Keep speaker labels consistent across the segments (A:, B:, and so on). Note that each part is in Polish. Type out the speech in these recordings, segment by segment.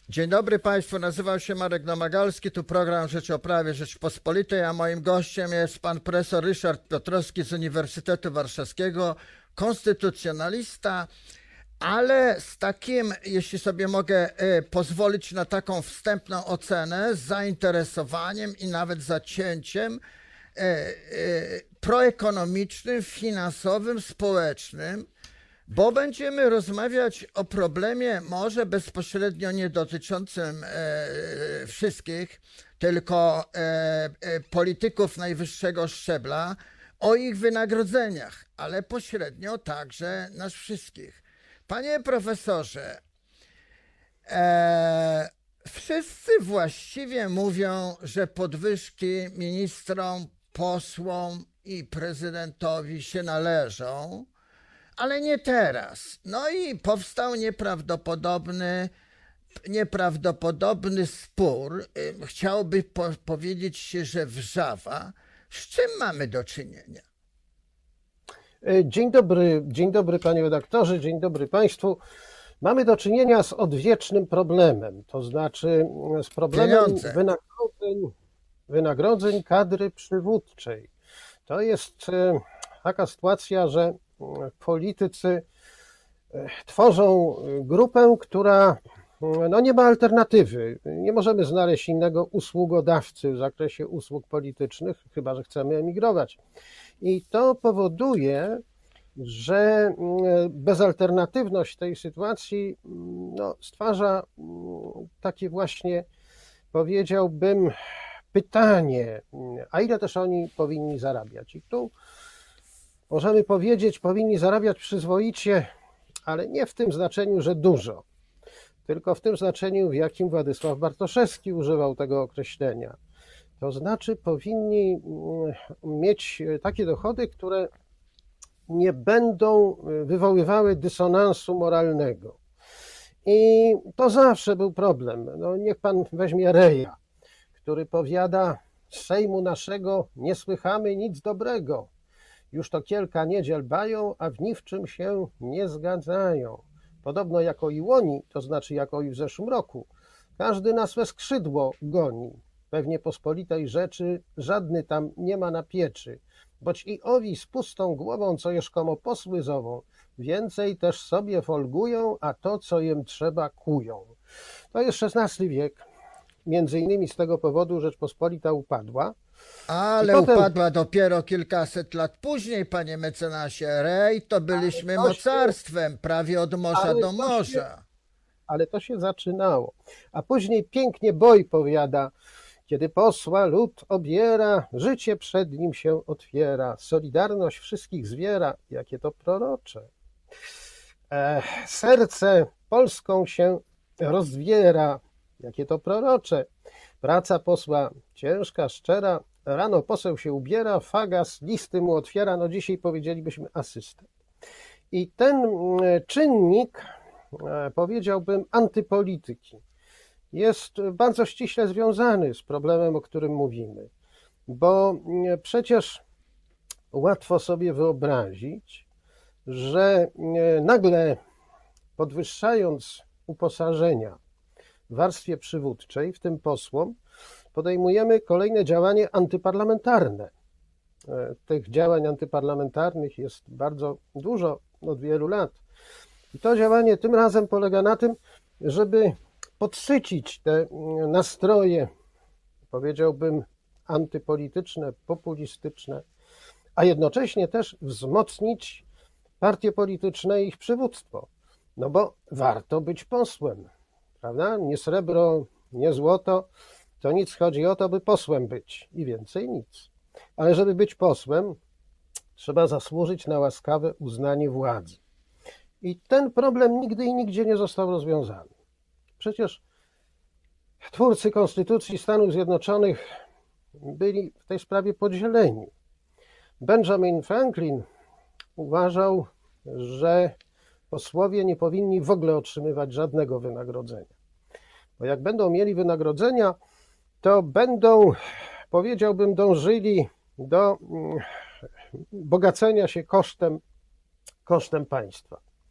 A: Dzień dobry Państwu, nazywam się Marek Domagalski, tu program Rzecz o Prawie Rzeczypospolitej, a moim gościem jest pan profesor Ryszard Piotrowski z Uniwersytetu Warszawskiego, konstytucjonalista, ale z takim, jeśli sobie mogę pozwolić na taką wstępną ocenę, z zainteresowaniem i nawet zacięciem proekonomicznym, finansowym, społecznym, bo będziemy rozmawiać o problemie może bezpośrednio nie dotyczącym wszystkich, tylko polityków najwyższego szczebla, o ich wynagrodzeniach, ale pośrednio także nas wszystkich. Panie profesorze, wszyscy właściwie mówią, że podwyżki ministrom, posłom i prezydentowi się należą, ale nie teraz. No i powstał nieprawdopodobny spór. Chciałby powiedzieć się, że wrzawa. Z czym mamy do czynienia?
B: Dzień dobry panie redaktorze, dzień dobry państwu. Mamy do czynienia z odwiecznym problemem, to znaczy z problemem wynagrodzeń kadry przywódczej. To jest taka sytuacja, że politycy tworzą grupę, która nie ma alternatywy. Nie możemy znaleźć innego usługodawcy w zakresie usług politycznych, chyba że chcemy emigrować. I to powoduje, że bezalternatywność tej sytuacji stwarza takie właśnie, powiedziałbym, pytanie, a ile też oni powinni zarabiać? I tu możemy powiedzieć, powinni zarabiać przyzwoicie, ale nie w tym znaczeniu, że dużo, tylko w tym znaczeniu, w jakim Władysław Bartoszewski używał tego określenia. To znaczy powinni mieć takie dochody, które nie będą wywoływały dysonansu moralnego. I to zawsze był problem. Niech pan weźmie Reja, który powiada: z Sejmu naszego nie słychamy nic dobrego. Już to kilka niedziel bają, a w niczym się nie zgadzają. Podobno jako i łoni, to znaczy jako i w zeszłym roku, każdy na swe skrzydło goni. Pewnie pospolitej rzeczy żadny tam nie ma na pieczy, boć i owi z pustą głową, co jeżkomo posły zową, więcej też sobie folgują, a to, co jem trzeba, kują. To jest XVI wiek. Między innymi z tego powodu Rzeczpospolita upadła.
A: Ale potem upadła dopiero kilkaset lat później, panie mecenasie. Rej, to byliśmy mocarstwem, prawie od morza do morza.
B: Ale to się zaczynało. A później pięknie Boj powiada: kiedy posła lud obiera, życie przed nim się otwiera, solidarność wszystkich zwiera, jakie to prorocze. Serce Polską się rozwiera, jakie to prorocze. Praca posła ciężka, szczera, rano poseł się ubiera, fagas listy mu otwiera, dzisiaj powiedzielibyśmy asystent. I ten czynnik, powiedziałbym, antypolityki jest bardzo ściśle związany z problemem, o którym mówimy, bo przecież łatwo sobie wyobrazić, że nagle podwyższając uposażenia w warstwie przywódczej, w tym posłom, podejmujemy kolejne działanie antyparlamentarne. Tych działań antyparlamentarnych jest bardzo dużo od wielu lat. I to działanie tym razem polega na tym, żeby podsycić te nastroje, powiedziałbym, antypolityczne, populistyczne, a jednocześnie też wzmocnić partie polityczne i ich przywództwo. Bo warto być posłem, prawda? Nie srebro, nie złoto, to nic, chodzi o to, by posłem być i więcej nic. Ale żeby być posłem, trzeba zasłużyć na łaskawe uznanie władzy. I ten problem nigdy i nigdzie nie został rozwiązany. Przecież twórcy Konstytucji Stanów Zjednoczonych byli w tej sprawie podzieleni. Benjamin Franklin uważał, że posłowie nie powinni w ogóle otrzymywać żadnego wynagrodzenia. Bo jak będą mieli wynagrodzenia, to będą, powiedziałbym, dążyli do bogacenia się kosztem państwa.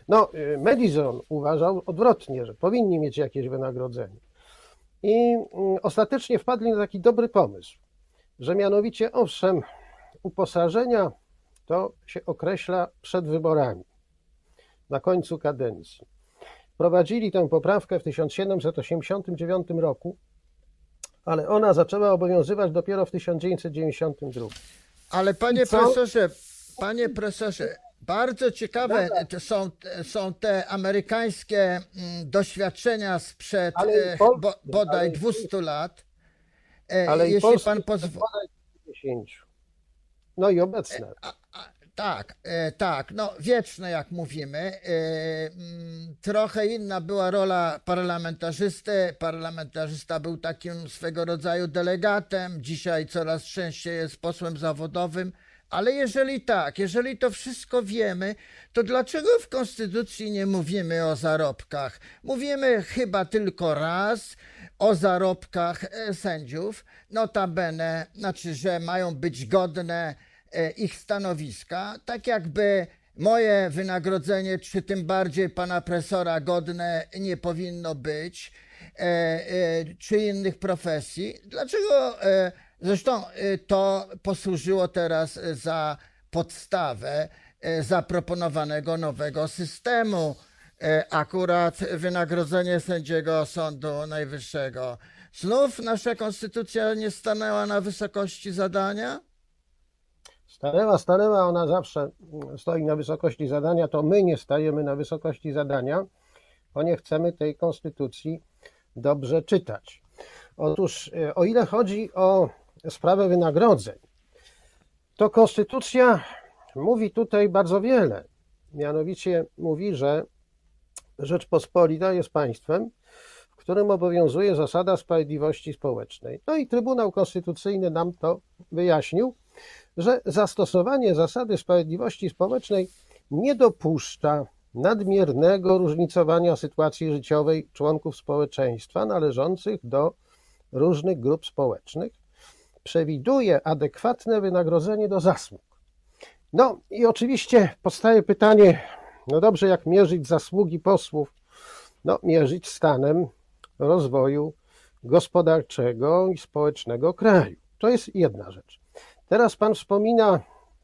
B: No, Madison uważał odwrotnie, że powinni mieć jakieś wynagrodzenie. I ostatecznie wpadli na taki dobry pomysł, że mianowicie, owszem, uposażenia to się określa przed wyborami, na końcu kadencji. Prowadzili tę poprawkę w 1789 roku, ale ona zaczęła obowiązywać dopiero w 1992.
A: Ale panie profesorze, bardzo ciekawe są te amerykańskie doświadczenia sprzed bodaj 200 lat.
B: Ale i
A: Jeśli pan pozwoli.
B: 10. No i obecne.
A: Tak, no wieczne jak mówimy. Trochę inna była rola parlamentarzysty. Parlamentarzysta był takim swego rodzaju delegatem, dzisiaj coraz częściej jest posłem zawodowym. Ale jeżeli to wszystko wiemy, to dlaczego w Konstytucji nie mówimy o zarobkach? Mówimy chyba tylko raz o zarobkach sędziów, notabene, znaczy, że mają być godne ich stanowiska, tak jakby moje wynagrodzenie, czy tym bardziej pana profesora godne nie powinno być, czy innych profesji. Dlaczego? Zresztą to posłużyło teraz za podstawę zaproponowanego nowego systemu. Akurat wynagrodzenie sędziego Sądu Najwyższego. Znów nasza konstytucja nie stanęła na wysokości zadania?
B: Stanęła, ona zawsze stoi na wysokości zadania, to my nie stajemy na wysokości zadania, bo nie chcemy tej konstytucji dobrze czytać. Otóż, o ile chodzi o sprawę wynagrodzeń, to konstytucja mówi tutaj bardzo wiele. Mianowicie mówi, że Rzeczpospolita jest państwem, w którym obowiązuje zasada sprawiedliwości społecznej. No i Trybunał Konstytucyjny nam to wyjaśnił, że zastosowanie zasady sprawiedliwości społecznej nie dopuszcza nadmiernego różnicowania sytuacji życiowej członków społeczeństwa należących do różnych grup społecznych, przewiduje adekwatne wynagrodzenie do zasług. No i oczywiście powstaje pytanie, no dobrze, jak mierzyć zasługi posłów? No, mierzyć stanem rozwoju gospodarczego i społecznego kraju. To jest jedna rzecz. Teraz pan wspomina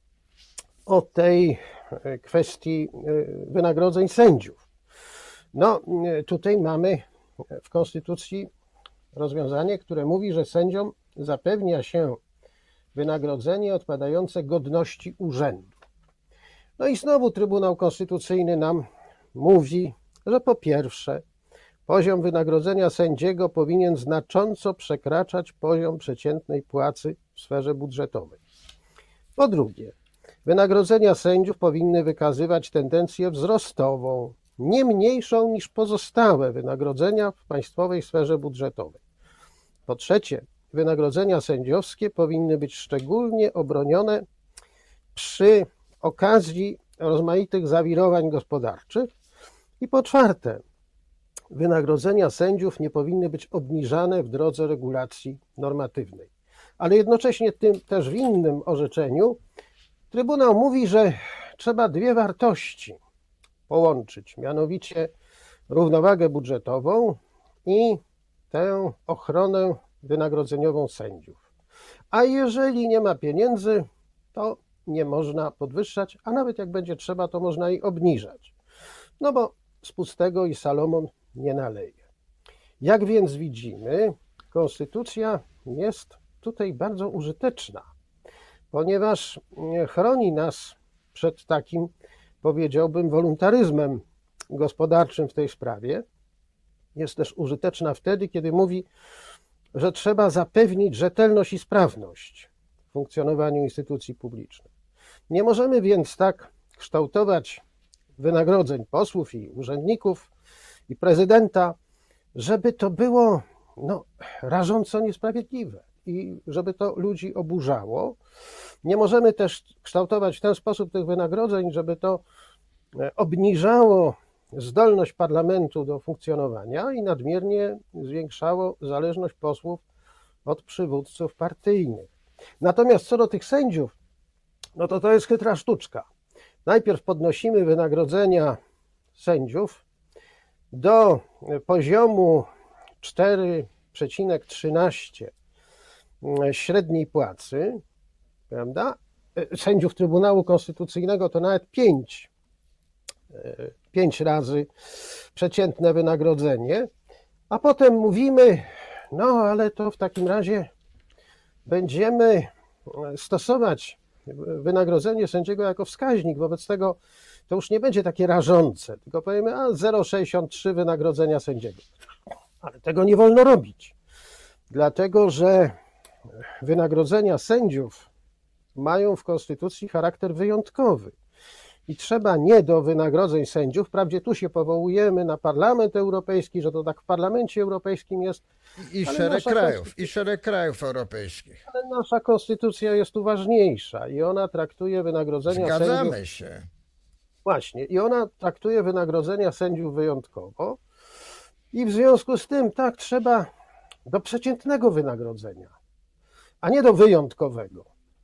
B: o tej kwestii wynagrodzeń sędziów. No, tutaj mamy w Konstytucji rozwiązanie, które mówi, że sędziom zapewnia się wynagrodzenie odpowiadające godności urzędu. No i znowu Trybunał Konstytucyjny nam mówi, że po pierwsze, poziom wynagrodzenia sędziego powinien znacząco przekraczać poziom przeciętnej płacy w sferze budżetowej. Po drugie, wynagrodzenia sędziów powinny wykazywać tendencję wzrostową, nie mniejszą niż pozostałe wynagrodzenia w państwowej sferze budżetowej. Po trzecie, wynagrodzenia sędziowskie powinny być szczególnie obronione przy okazji rozmaitych zawirowań gospodarczych. I po czwarte, wynagrodzenia sędziów nie powinny być obniżane w drodze regulacji normatywnej. Ale jednocześnie też w innym orzeczeniu Trybunał mówi, że trzeba dwie wartości połączyć, mianowicie równowagę budżetową i tę ochronę wynagrodzeniową sędziów. A jeżeli nie ma pieniędzy, to nie można podwyższać, a nawet jak będzie trzeba, to można i obniżać. No bo z pustego i Salomon nie naleje. Jak więc widzimy, konstytucja jest tutaj bardzo użyteczna, ponieważ chroni nas przed takim, powiedziałbym, woluntaryzmem gospodarczym w tej sprawie. Jest też użyteczna wtedy, kiedy mówi, że trzeba zapewnić rzetelność i sprawność w funkcjonowaniu instytucji publicznych. Nie możemy więc tak kształtować wynagrodzeń posłów i urzędników i prezydenta, żeby to było rażąco niesprawiedliwe i żeby to ludzi oburzało. Nie możemy też kształtować w ten sposób tych wynagrodzeń, żeby to obniżało zdolność parlamentu do funkcjonowania i nadmiernie zwiększało zależność posłów od przywódców partyjnych. Natomiast co do tych sędziów, no to jest chytra sztuczka. Najpierw podnosimy wynagrodzenia sędziów do poziomu 4,13 średniej płacy, prawda? Sędziów Trybunału Konstytucyjnego to nawet 5 razy przeciętne wynagrodzenie, a potem mówimy, no ale to w takim razie będziemy stosować wynagrodzenie sędziego jako wskaźnik, wobec tego to już nie będzie takie rażące, tylko powiemy, 0,63 wynagrodzenia sędziego. Ale tego nie wolno robić, dlatego że wynagrodzenia sędziów mają w Konstytucji charakter wyjątkowy i trzeba nie do wynagrodzeń sędziów, wprawdzie tu się powołujemy na Parlament Europejski, że to tak w Parlamencie Europejskim jest.
A: I szereg krajów europejskich.
B: Ale nasza konstytucja jest tu ważniejsza i ona traktuje wynagrodzenia sędziów.
A: Zgadzamy się.
B: Właśnie, i ona traktuje wynagrodzenia sędziów wyjątkowo i w związku z tym tak trzeba do przeciętnego wynagrodzenia, a nie do wyjątkowego.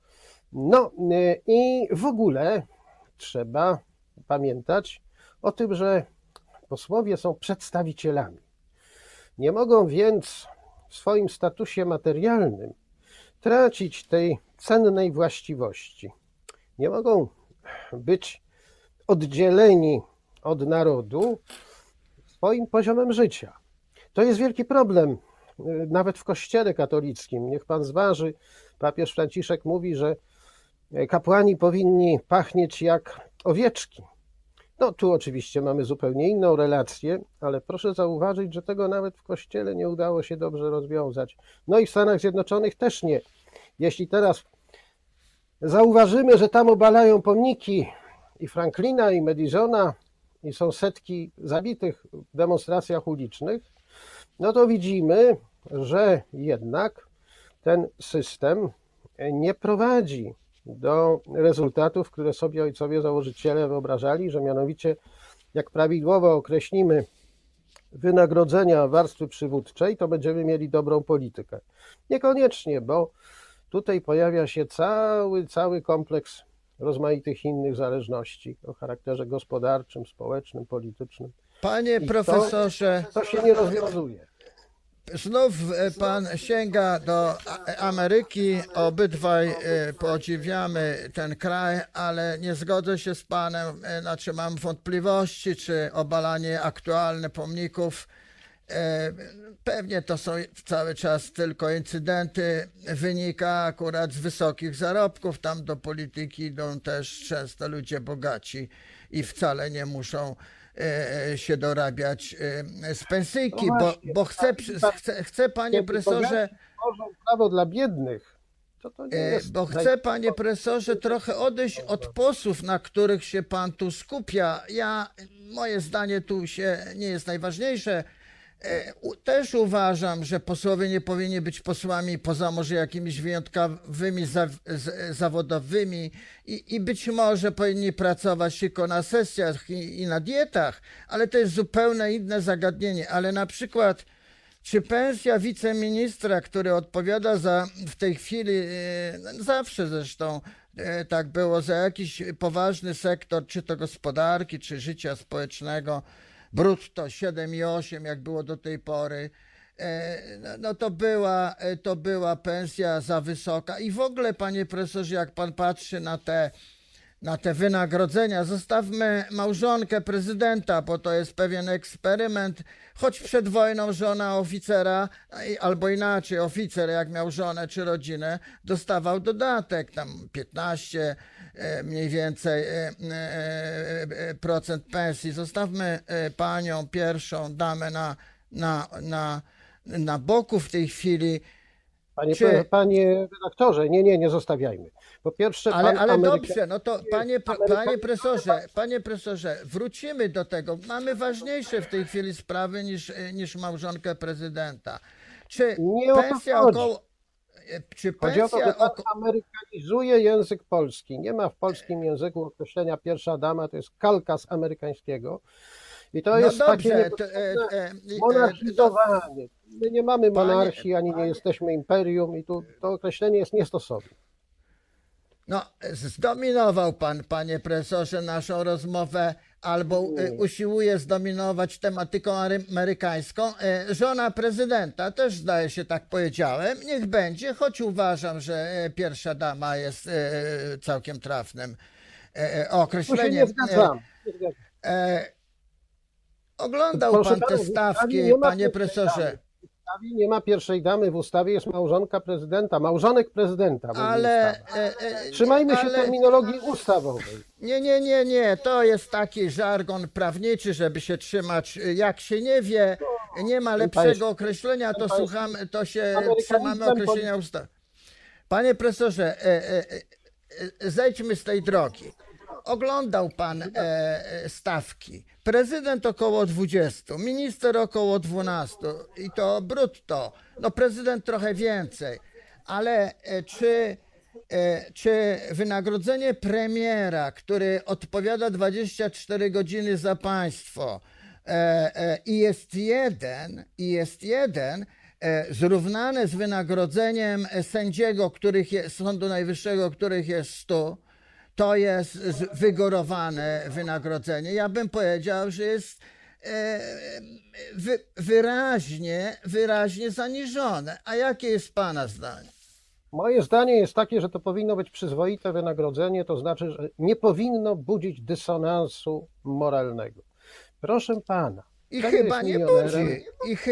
B: No i w ogóle trzeba pamiętać o tym, że posłowie są przedstawicielami. Nie mogą więc w swoim statusie materialnym tracić tej cennej właściwości. Nie mogą być oddzieleni od narodu swoim poziomem życia. To jest wielki problem, nawet w Kościele katolickim. Niech pan zważy, papież Franciszek mówi, że kapłani powinni pachnieć jak owieczki. No tu oczywiście mamy zupełnie inną relację, ale proszę zauważyć, że tego nawet w Kościele nie udało się dobrze rozwiązać. No i w Stanach Zjednoczonych też nie. Jeśli teraz zauważymy, że tam obalają pomniki i Franklina, i Madisona, i są setki zabitych w demonstracjach ulicznych, no to widzimy, że jednak ten system nie prowadzi do rezultatów, które sobie ojcowie założyciele wyobrażali, że mianowicie jak prawidłowo określimy wynagrodzenia warstwy przywódczej, to będziemy mieli dobrą politykę. Niekoniecznie, bo tutaj pojawia się cały kompleks rozmaitych innych zależności o charakterze gospodarczym, społecznym, politycznym.
A: Panie profesorze,
B: to się nie rozwiązuje.
A: Znów pan sięga do Ameryki, obydwaj podziwiamy ten kraj, ale nie zgodzę się z panem, znaczy mam wątpliwości, czy obalanie aktualne pomników, pewnie to są cały czas tylko incydenty, wynika akurat z wysokich zarobków, tam do polityki idą też często ludzie bogaci i wcale nie muszą się dorabiać z pensyjki,
B: No
A: bo chcę panie profesorze,
B: prawo dla biednych, to nie jest
A: bo chcę panie profesorze trochę odejść od posłów, na których się pan tu skupia. Moje zdanie tu się nie jest najważniejsze. Też uważam, że posłowie nie powinni być posłami poza może jakimiś wyjątkowymi zawodowymi i być może powinni pracować tylko na sesjach i na dietach, ale to jest zupełnie inne zagadnienie. Ale na przykład, czy pensja wiceministra, który odpowiada za w tej chwili, zawsze zresztą tak było, za jakiś poważny sektor, czy to gospodarki, czy życia społecznego, brutto 7,8 jak było do tej pory, no to była pensja za wysoka. I w ogóle, panie profesorze, jak pan patrzy na te wynagrodzenia, zostawmy małżonkę prezydenta, bo to jest pewien eksperyment, choć przed wojną żona oficera, albo inaczej, oficer jak miał żonę czy rodzinę, dostawał dodatek, tam 15 mniej więcej procent pensji. Zostawmy panią pierwszą damę na boku w tej chwili.
B: Panie redaktorze, nie zostawiajmy. Po pierwsze,
A: ale dobrze, no to panie profesorze, wrócimy do tego. Mamy ważniejsze w tej chwili sprawy niż małżonkę prezydenta. Czy pensja około...
B: Chodzi o to, że pan amerykanizuje język polski. Nie ma w polskim języku określenia pierwsza dama, to jest kalka z amerykańskiego. I to jest takie monarchizowanie. My nie mamy monarchii, ani nie jesteśmy imperium i tu to określenie jest niestosowne.
A: No, zdominował pan, panie profesorze, naszą rozmowę, albo usiłuje zdominować tematyką amerykańską. Żona prezydenta, też zdaje się tak powiedziałem, niech będzie, choć uważam, że pierwsza dama jest całkiem trafnym określeniem.
B: Tu się nie zgadzam.
A: Oglądał
B: Proszę
A: pan
B: pana,
A: te
B: w ustawie
A: stawki,
B: nie ma
A: panie
B: pierwszej
A: profesorze.
B: W ustawie nie ma pierwszej damy, w ustawie jest małżonka prezydenta, małżonek prezydenta. mówi
A: Ale
B: ustawa. Trzymajmy się terminologii ustawowej.
A: Nie, to jest taki żargon prawniczy, żeby się trzymać. Jak się nie wie, nie ma lepszego określenia, to słuchamy, to się trzymamy określenia ustawy. Panie profesorze, zejdźmy z tej drogi. Oglądał pan stawki. Prezydent około 20, minister około 12 i to brutto. No prezydent trochę więcej, ale czy wynagrodzenie premiera, który odpowiada 24 godziny za państwo i jest jeden, zrównane z wynagrodzeniem sędziego, Sądu Najwyższego, których jest 100, to jest wygórowane wynagrodzenie. Ja bym powiedział, że jest wyraźnie zaniżone. A jakie jest pana zdanie?
B: Moje zdanie jest takie, że to powinno być przyzwoite wynagrodzenie, to znaczy, że nie powinno budzić dysonansu moralnego. Proszę pana.
A: I chyba nie budzi.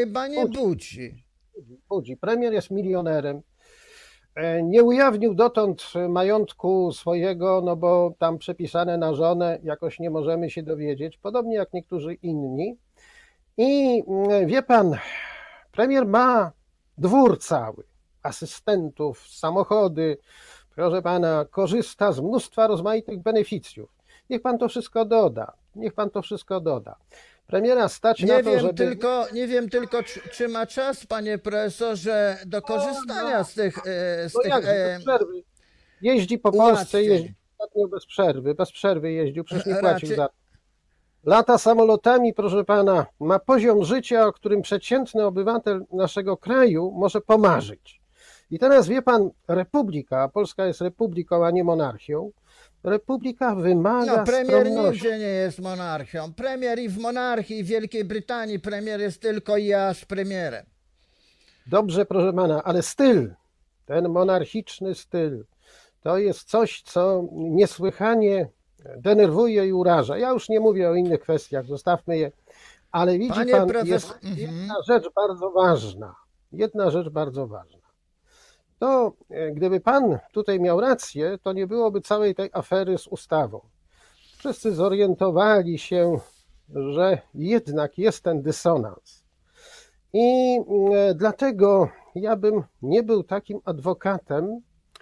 B: Budzi. Premier jest milionerem. Nie ujawnił dotąd majątku swojego, no bo tam przepisane na żonę jakoś nie możemy się dowiedzieć, podobnie jak niektórzy inni. I wie pan, premier ma dwór cały, asystentów, samochody, proszę pana, korzysta z mnóstwa rozmaitych beneficjów. Niech pan to wszystko doda. Premiera stać na to, żeby...
A: Nie wiem tylko, czy ma czas, panie profesorze, do korzystania z tych...
B: bez przerwy. Jeździ po Polsce, jeździ ostatnio bez przerwy jeździł, przecież nie płacił za to. Lata samolotami, proszę pana, ma poziom życia, o którym przeciętny obywatel naszego kraju może pomarzyć. I teraz wie pan, republika, Polska jest republiką, a nie monarchią, republika wymaga
A: premier
B: skromności.
A: nigdzie nie jest monarchią. Premier i w monarchii w Wielkiej Brytanii premier jest tylko i aż premierem.
B: Dobrze, proszę pana, ale styl, ten monarchiczny styl, to jest coś, co niesłychanie denerwuje i uraża. Ja już nie mówię o innych kwestiach, zostawmy je, ale widzi pan, jest jedna rzecz bardzo ważna. To gdyby pan tutaj miał rację, to nie byłoby całej tej afery z ustawą. Wszyscy zorientowali się, że jednak jest ten dysonans. I dlatego ja bym nie był takim adwokatem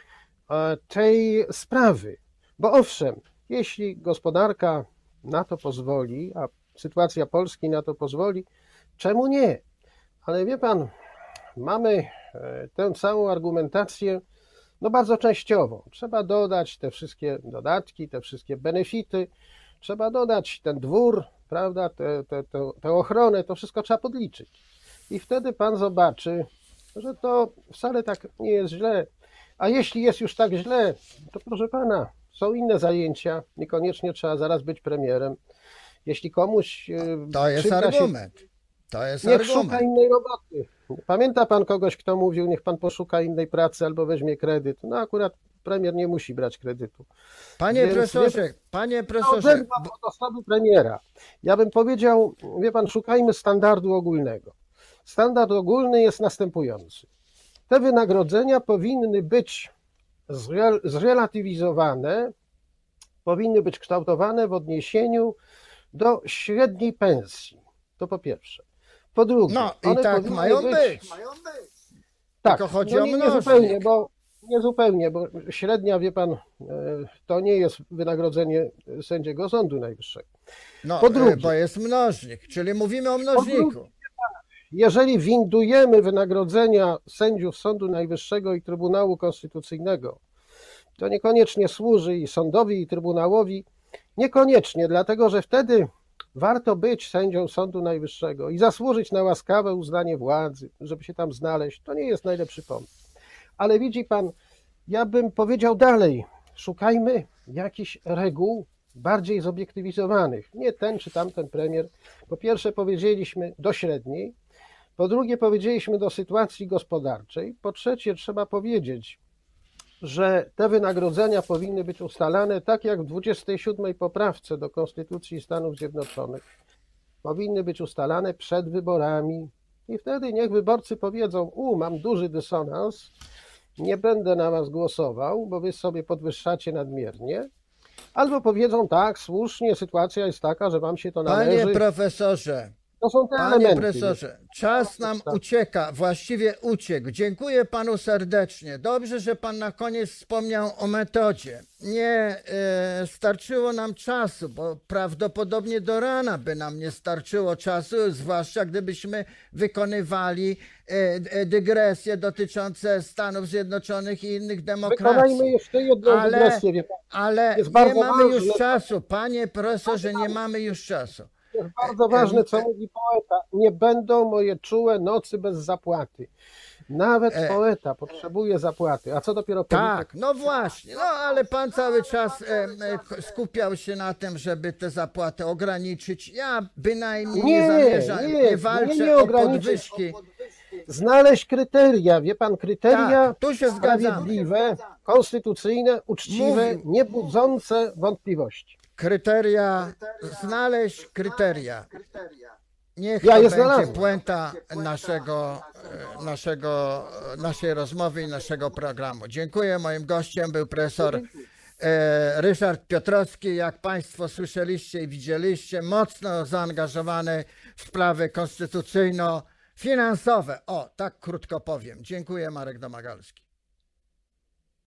B: tej sprawy. Bo owszem, jeśli gospodarka na to pozwoli, a sytuacja Polski na to pozwoli, czemu nie? Ale wie pan, mamy tę całą argumentację bardzo częściową. Trzeba dodać te wszystkie dodatki, te wszystkie benefity, trzeba dodać ten dwór, prawda, tę ochronę, to wszystko trzeba podliczyć. I wtedy pan zobaczy, że to wcale tak nie jest źle. A jeśli jest już tak źle, to proszę pana, są inne zajęcia, niekoniecznie trzeba zaraz być premierem. Jeśli komuś...
A: To jest argument.
B: Niech szuka innej roboty. Pamięta pan kogoś, kto mówił, niech pan poszuka innej pracy albo weźmie kredyt. No akurat premier nie musi brać kredytu.
A: Panie profesorze.
B: Od osoby premiera. Ja bym powiedział, wie pan, szukajmy standardu ogólnego. Standard ogólny jest następujący. Te wynagrodzenia powinny być zrelatywizowane, powinny być kształtowane w odniesieniu do średniej pensji. To po pierwsze. Po drugie,
A: i tak mają być.
B: Tak,
A: tylko chodzi o
B: niezupełnie, bo średnia, wie pan, to nie jest wynagrodzenie sędziego Sądu Najwyższego.
A: Po drugie, bo jest mnożnik, czyli mówimy o mnożniku.
B: Jeżeli windujemy wynagrodzenia sędziów Sądu Najwyższego i Trybunału Konstytucyjnego, to niekoniecznie służy i sądowi, i Trybunałowi, niekoniecznie, dlatego że wtedy warto być sędzią Sądu Najwyższego i zasłużyć na łaskawe uznanie władzy, żeby się tam znaleźć. To nie jest najlepszy pomysł. Ale widzi pan, ja bym powiedział dalej, szukajmy jakichś reguł bardziej zobiektywizowanych. Nie ten czy tamten premier. Po pierwsze powiedzieliśmy do średniej, po drugie powiedzieliśmy do sytuacji gospodarczej, po trzecie trzeba powiedzieć, że te wynagrodzenia powinny być ustalane tak jak w 27 poprawce do Konstytucji Stanów Zjednoczonych. Powinny być ustalane przed wyborami i wtedy niech wyborcy powiedzą: mam duży dysonans, nie będę na was głosował, bo wy sobie podwyższacie nadmiernie. Albo powiedzą: tak, słusznie, sytuacja jest taka, że wam się to należy.
A: Panie profesorze,
B: To są te
A: panie
B: elementy.
A: profesorze, czas nam ucieka, właściwie uciekł. Dziękuję panu serdecznie. Dobrze, że pan na koniec wspomniał o metodzie. Nie starczyło nam czasu, bo prawdopodobnie do rana by nam nie starczyło czasu, zwłaszcza gdybyśmy wykonywali dygresje dotyczące Stanów Zjednoczonych i innych demokracji.
B: Wykonajmy jeszcze jedną dygresję, wie pan.
A: Ale
B: Jest
A: nie
B: bardzo
A: mamy już
B: ważne.
A: czasu, panie profesorze, nie mamy już czasu.
B: Jest bardzo ważne, co mówi poeta. Nie będą moje czułe nocy bez zapłaty. Nawet poeta potrzebuje zapłaty, a co dopiero polityk?
A: Tak, no właśnie, no ale pan cały czas skupiał się na tym, żeby te zapłaty ograniczyć. Ja bynajmniej nie zamierzam, nie walczę o podwyżki.
B: Znaleźć kryteria, wie pan, kryteria
A: Tak, tu się zgadzamy.
B: sprawiedliwe, konstytucyjne, uczciwe, nie budzące wątpliwości.
A: Kryteria, znaleźć kryteria. Niech
B: Ja
A: to
B: je
A: będzie
B: znalazłem.
A: puenta naszej rozmowy i naszego programu. Dziękuję. Moim gościem był profesor Ryszard Piotrowski. Jak państwo słyszeliście i widzieliście, mocno zaangażowany w sprawy konstytucyjno-finansowe. O, tak krótko powiem. Dziękuję, Marek Domagalski.